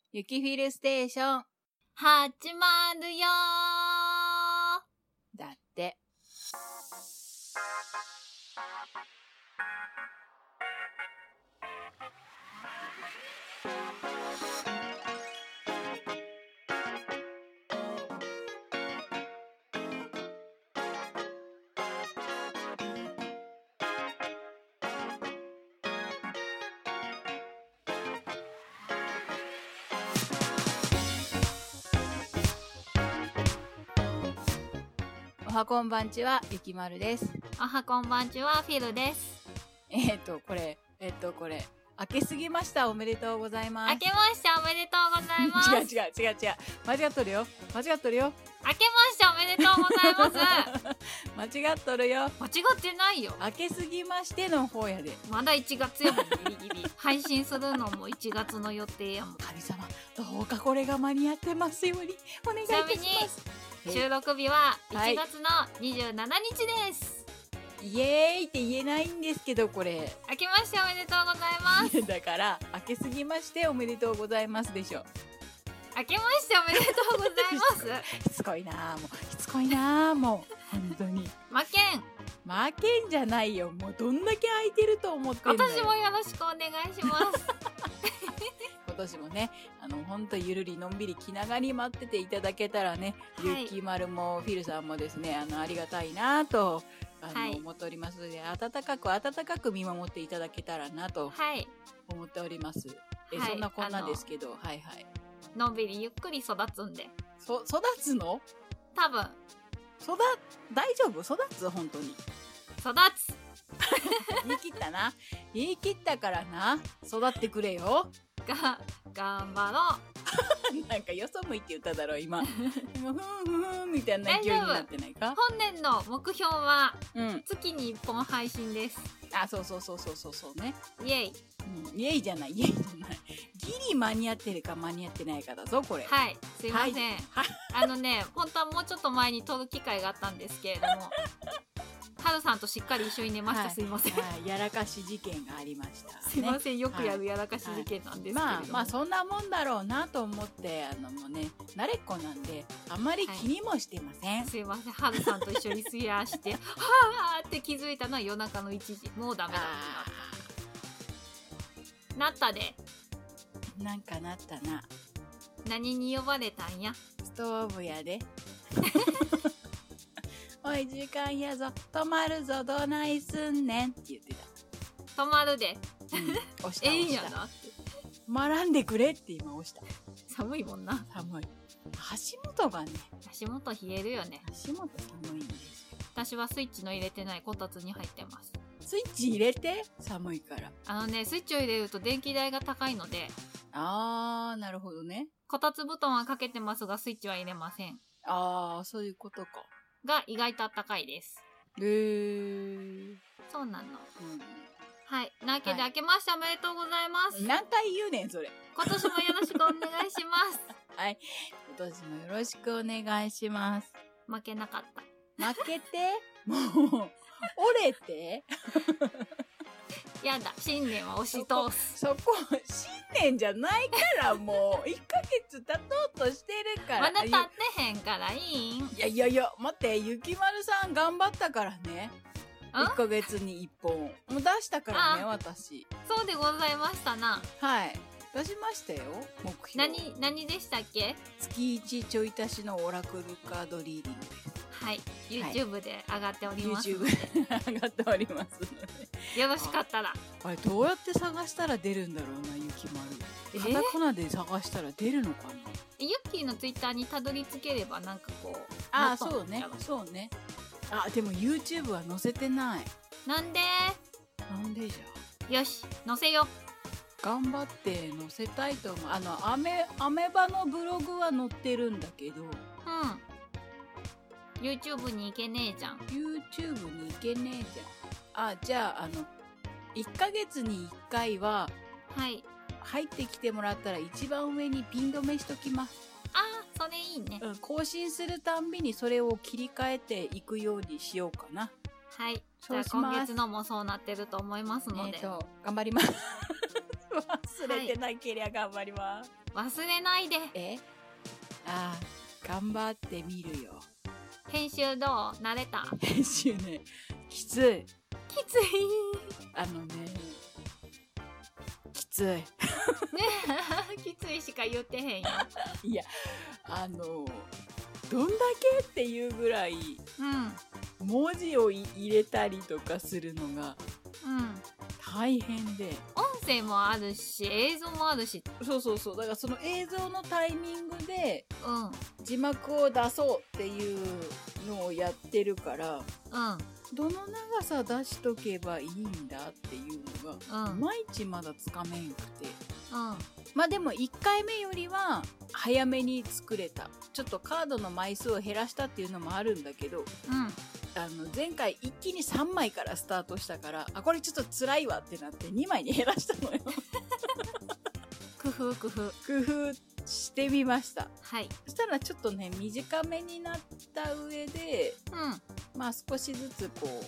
ゆきフィルステーション始まるよだって。おはこんばんちは、ゆきまるです。 おはこんばんちは、フィルです。 これ、明けすぎました。おめでとうございます。 明けましておめでとうございます。 違う。間違っとるよ。 明けましておめでとうございます。 間違っとるよ。 間違ってないよ。 明けすぎましての方やで。 まだ1月やもん、ギリギリ。配信するのも1月の予定やもん。 神様、どうかこれが間に合ってますようにお願いいたします。 ちなみに、収録日は1月の27日です。 イエーイって言えないんですけど、これ。 明けましておめでとうございます。 だから、明けすぎましておめでとうございますでしょ。 明けましておめでとうございます。 しつこいなぁ、もう。しつこいなぁ、もう。本当に。 負けん。 負けんじゃないよ。もうどんだけ空いてると思ってんだよ。 今年もよろしくお願いします。 今年もね、ほんとゆるりのんびり気長に待ってていただけたらね、 はい、 ゆきまるもフィルさんもですね、ありがたいなと、 はい、 思っておりますので、温かく見守っていただけたらなと思っております。はい、そんなこんなですけど、はいはい。 のんびりゆっくり育つんで。 育つの？ 多分。 大丈夫？育つ？本当に。 育つ言い切ったな。言い切ったからな。育ってくれよ。 頑張ろう。なんかよそ向いて歌だろ、今。ふんみたいな勢いになってないか？ 本年の目標は、 うん、 月に1本配信です。 あ、そうね。 イエイ。 イエイじゃない。ギリ間に合ってるか間に合ってないかだぞ、これ。 はい、すいません。はい、本当はもうちょっと前に撮る機会があったんですけれども、はるさんとしっかり一緒に寝ました。すいません。 やらかし事件がありました、ね。 すいません、よくやるやらかし事件なんですけれども。 まあそんなもんだろうなと思って、もうね、慣れっこなんで、あんまり気にもしてません。 すいません、はるさんと一緒にすやして、はーって気づいたのは夜中の1時。もうダメだってなったで。 なんかなったな。 何に呼ばれたんや？ ストーブやで。おい、時間やぞ、止まるぞ、どないすんねんって言ってた。止まるで。 押した。 んやなって。 止まらんでくれって今押した。 寒いもんな。 寒い。足元がね。 足元冷えるよね。 足元寒いんですよ。 私はスイッチの入れてないこたつに入ってます。 スイッチ入れて？寒いから。 スイッチを入れると電気代が高いので。 あー、なるほどね。 こたつ布団はかけてますが、スイッチは入れません。 あー、そういうことか。 が意外とあったかいです。そうなの。はい。なわけで、明けましておめでとうございます。 何回言うねん、それ。 今年もよろしくお願いします。 はい。今年もよろしくお願いします。 負けなかった。 負けてもう、折れてやだ、新年は押し通す。 そこ、新年じゃないからもう、1ヶ月経とうとしてるから。 まだ経ってへんからいいん？ いや、待って、ゆきまるさん頑張ったからね。1ヶ月に1本。もう出したからね、私。 そうでございましたな。 はい。出しましたよ、目標。 何でしたっけ？ 月1ちょい足しのオラクルカードリーディングです。 はい。YouTube で上がっております。 YouTube で上がっておりますので。よろしかったら。 あれ、どうやって探したら出るんだろうな、ゆきまる。カタカナで探したら出るのかな？ ユッキーの Twitter にたどり着ければなんかこう。 ああ、そうね。あ、でも YouTube は載せてない。 なんでじゃ。よし、載せよ。 頑張って載せたいと思う。アメバのブログは載ってるんだけど。 YouTube に行けねえじゃん。 YouTube に行けねえじゃん。あ、じゃあ、1ヶ月に1回は、 はい。 入ってきてもらったら一番上にピン止めしときます。 ああ、それいいね。 更新するたんびにそれを切り替えていくようにしようかな。 はい。じゃあ今月のもそうなってると思いますので。 頑張ります。 忘れてなけりゃ頑張ります。 忘れないで。 頑張ってみるよ。 編集どう？慣れた？ 編集ね、きつい。 きつい。 きつい。ねきついしか言ってへんよ。 いや、どんだけっていうぐらい、文字を入れたりとかするのが、大変で。 音声もあるし、映像もあるし。 そう。だからその映像のタイミングで、字幕を出そうっていうのをやってるから、どの長さ出しとけばいいんだっていうのが、いまいちまだつかめんくて。まあでも1回目よりは早めに作れた。ちょっとカードの枚数を減らしたっていうのもあるんだけど、前回一気に3枚からスタートしたから、これちょっと辛いわってなって2枚に減らしたのよ。 工夫してみました。 はい。 そしたらちょっとね、短めになった上で、まあ少しずつこう、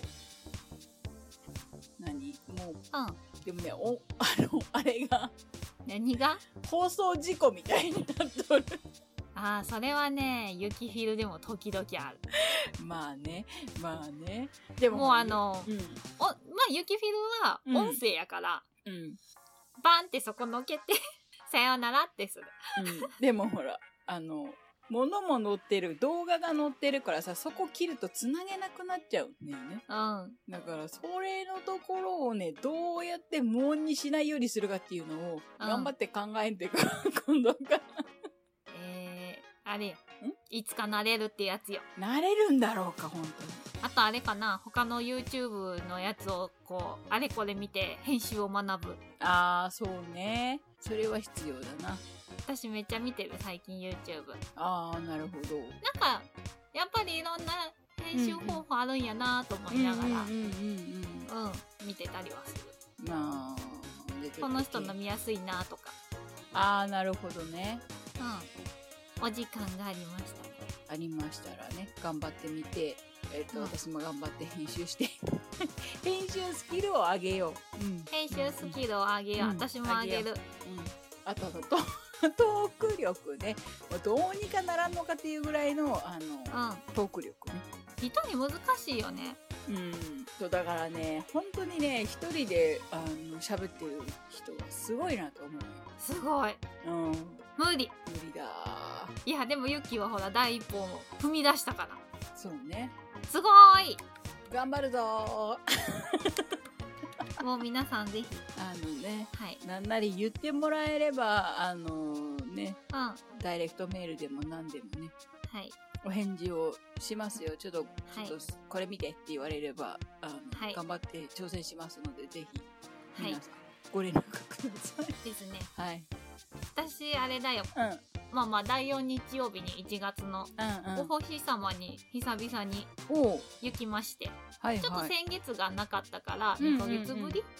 でもね、あれが、 何が？ 放送事故みたいになっとる。 それはね、雪フィルでも時々ある。 まあね。でも、 もう雪フィルは音声やから、バンってそこのけて、さようならってする。 でもほら、物も載ってる、動画が載ってるからさ、そこ切るとつなげなくなっちゃうんだよね。だから、それのところをね、どうやって無音にしないようにするかっていうのを、頑張って考えんてから、今度から。 あれいつかなれるってやつよ。 なれるんだろうか、本当に。 あとあれかな、他の YouTube のやつをこう、あれこれ見て編集を学ぶ。 そうね。それは必要だな。 私めっちゃ見てる、最近 YouTube。 なるほど。 なんか、やっぱりいろんな編集方法あるんやなと思いながら、見てたりはする。この人の見やすいなとか。 なるほどね。 お時間がありましたね。 ありましたらね、頑張ってみて、私も頑張って編集して、編集スキルを上げよう。 編集スキルを上げよう。私も上げる。 あとトーク力ね。どうにかならんのかっていうぐらいの、トーク力ね。 人に難しいよね。 だからね、本当にね、一人で喋ってる人はすごいなと思う。 すごい。無理だ。 いや、でもユッキーはほら、第一歩を踏み出したから。 そうね。 すごーい。 頑張るぞー。 もう皆さんぜひ。 なんなり言ってもらえれば、ダイレクトメールでも何でもね。お返事をしますよ。ちょっとこれ見てって言われれば、頑張って挑戦しますので、ぜひ、皆さん、ご連絡ください。 ですね。 私、 あれだよ。第4日曜日に1月のお星様に久々に行きまして、ちょっと先月がなかったから2ヶ月ぶり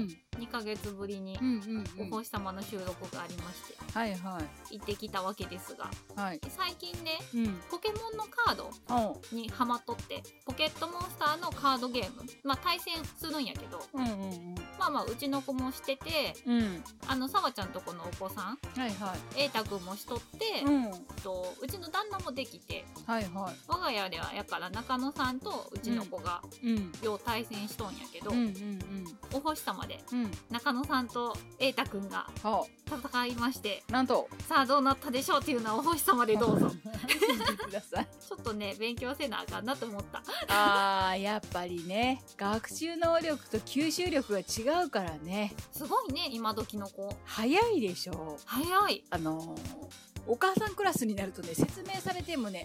2ヶ月ぶりにお星様の収録がありまして、行ってきたわけですが、最近ね、ポケモンのカードにハマっとって、ポケットモンスターのカードゲーム、対戦するんやけど、うちの子もしてて、さわちゃんとこのお子さん、瑛太くんもしとって、うちの旦那もできて、我が家ではやから中野さんとうちの子がよう対戦しとんやけど、お星様で中野さんと瑛太くんが戦いまして、 なんとさあどうなったでしょうっていうのはお星様でどうぞ。 ください。 ちょっとね、勉強せなあかんなと思った。 やっぱりね、学習能力と吸収力が違うからね。 すごいね、今時の子。 早いでしょ。 早い。 お母さんクラスになるとね、説明されてもね、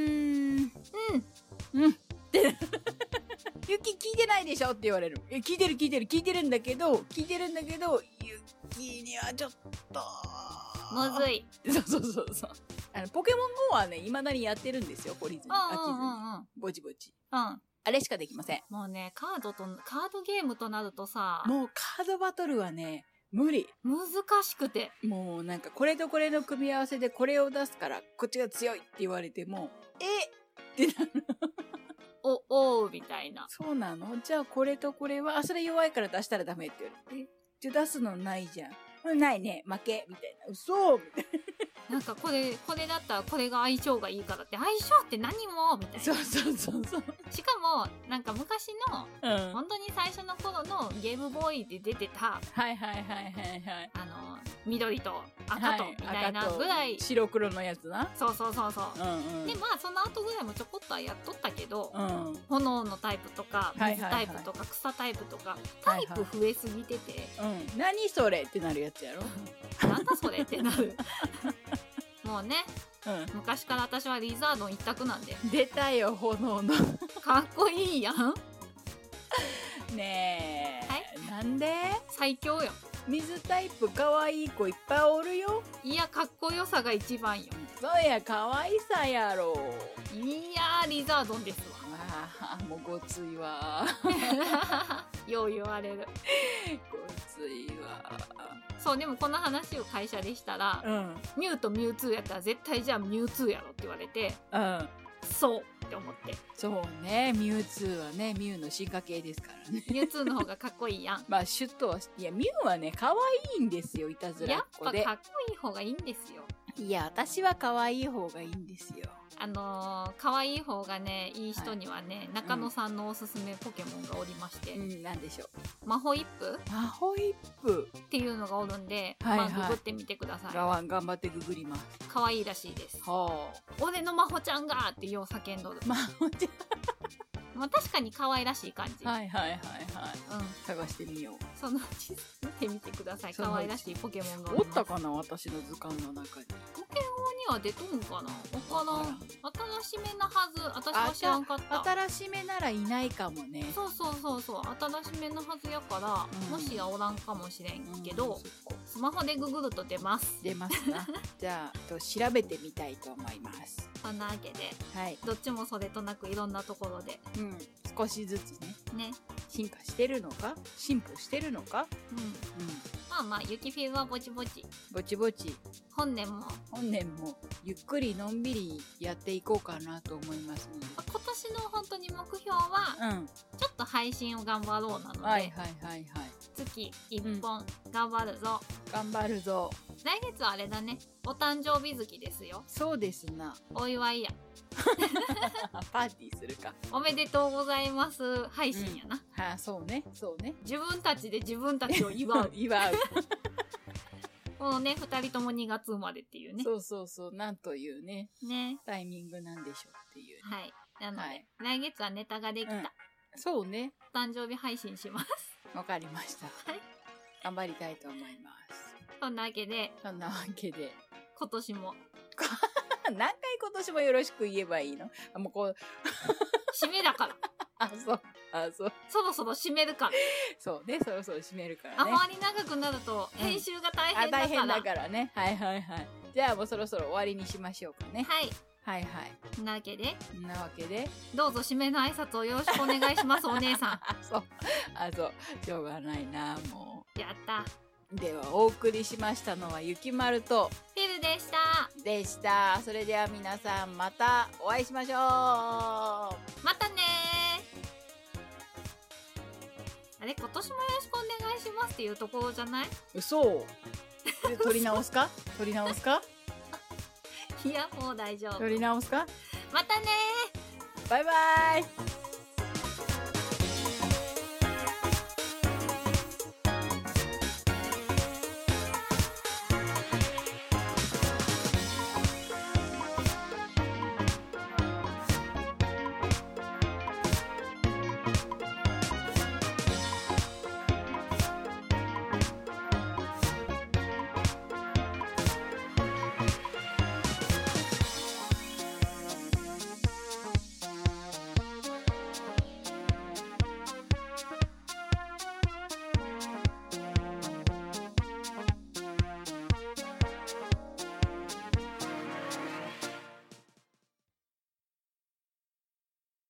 ってユキ聞いてないでしょって言われる。聞いてるんだけど、ユキにはちょっとむずい。 そうポケモン GO はね、未だにやってるんですよ、懲りずに飽きずに、ぼちぼち。あれしかできません。 もうね、カードゲームとなるとさ、 もうカードバトルはね、無理。 難しくて。 もうなんかこれとこれの組み合わせでこれを出すからこっちが強いって言われても、ってなる。 おうみたいな。 そうなの？じゃあこれとこれは、それ弱いから出したらダメって言われて。じゃあ出すのないじゃん。 ないね、負けみたいな。嘘みたいな。 なんかこれだったらこれが相性がいいからって、相性って何もみたいな。 そうそうそうそう。 しかもなんか昔の、本当に最初の頃のゲームボーイで出てた、 はいはいはいはいはい、 緑と赤とみたいなぐらい、 白黒のやつな。 そうそうそうそう、でまあその後ぐらいもちょこっとはやっとったけど、炎のタイプとか水タイプとか草タイプとかタイプ増えすぎてて、 何それってなるやつやろ。 なんだそれってなる。もうね、昔から私はリザードン一択なんで。 出たよ、炎の。 かっこいいやん。 ねえ、はい、なんで最強よ。 水タイプ可愛い子いっぱいおるよ。 いや、かっこよさが一番よ。 そうや、可愛さやろ。 いやー、リザードンですわ。 ああ、もうごついわ。 よう言われる。 ごついわ。 そう、でもこの話を会社でしたら、ミュウとミュウツーやったら絶対じゃあミュウツーやろって言われて、そうって思って。 そうね、ミュウツーはね、ミュウの進化系ですからね。 ミュウツーの方がかっこいいやん。 まあシュッとは、いや、ミュウはね、可愛いんですよ、いたずらっ子で。 やっぱかっこいい方がいいんですよ。 いや、私は可愛い方がいいんですよ。 可愛い方がね、いい人にはね、中野さんのおすすめポケモンがおりまして。 なんでしょう。 マホイップっていうのがおるんで、まあ、ググってみてください。 頑張ってググります。 可愛いらしいです。俺のマホちゃんがってよう叫んどる。 マホちゃん。 まあ確かに可愛らしい感じ。 はいはいはいはい。探してみよう。 そのうち見てみてください。可愛らしいポケモンがおったかな、私の図鑑の中に。 ポケモンには出とんかな。わからん。新しめなはず。私は知らんかった。 新しめならいないかもね。 そうそうそうそう。新しめのはずやから、もしやおらんかもしれんけど、スマホでググると出ます。 出ますな。じゃあ調べてみたいと思います。 そんなわけで、どっちもそれとなくいろんなところで、 少しずつね、進化してるのか、進歩してるのか。まあまあ、ゆきフィルはぼちぼち。 ぼちぼち。 本年もゆっくりのんびりやっていこうかなと思いますので、 今年の本当に目標は、ちょっと配信を頑張ろうなので、月1本頑張るぞ。 頑張るぞ。 来月はあれだね、お誕生日月ですよ。 そうですな。 お祝いや。 パーティーするか。 おめでとうございます配信やな。 そうね、そうね。 自分たちで自分たちを祝う。 祝う。 このね、2人とも2月生まれっていうね。 そうそうそう、なんというね、タイミングなんでしょうっていう。 はい。なので、来月はネタができた。 そうね。 誕生日配信します。 わかりました。 はい。 頑張りたいと思います。 そんなわけで、今年も。 何回今年もよろしく言えばいいの？もうこう。 締めだから。 そう。 そろそろ締めるから。 そうね、そろそろ締めるからね。 あまり長くなると、編集が大変だから。 大変だからね。はいはいはい。じゃあもうそろそろ終わりにしましょうかね。 はい。 はいはい。 そんなわけで。 どうぞ締めの挨拶をよろしくお願いします、お姉さん。 そう。しょうがないな、もう。やった。 では、お送りしましたのは、ゆきまると、 フィルでした。それでは皆さん、またお会いしましょう。 またねー。あれ、今年もよろしくお願いしますっていうところじゃない？ 嘘。取り直すかいや、もう大丈夫。 取り直すか？ またねー。バイバイ。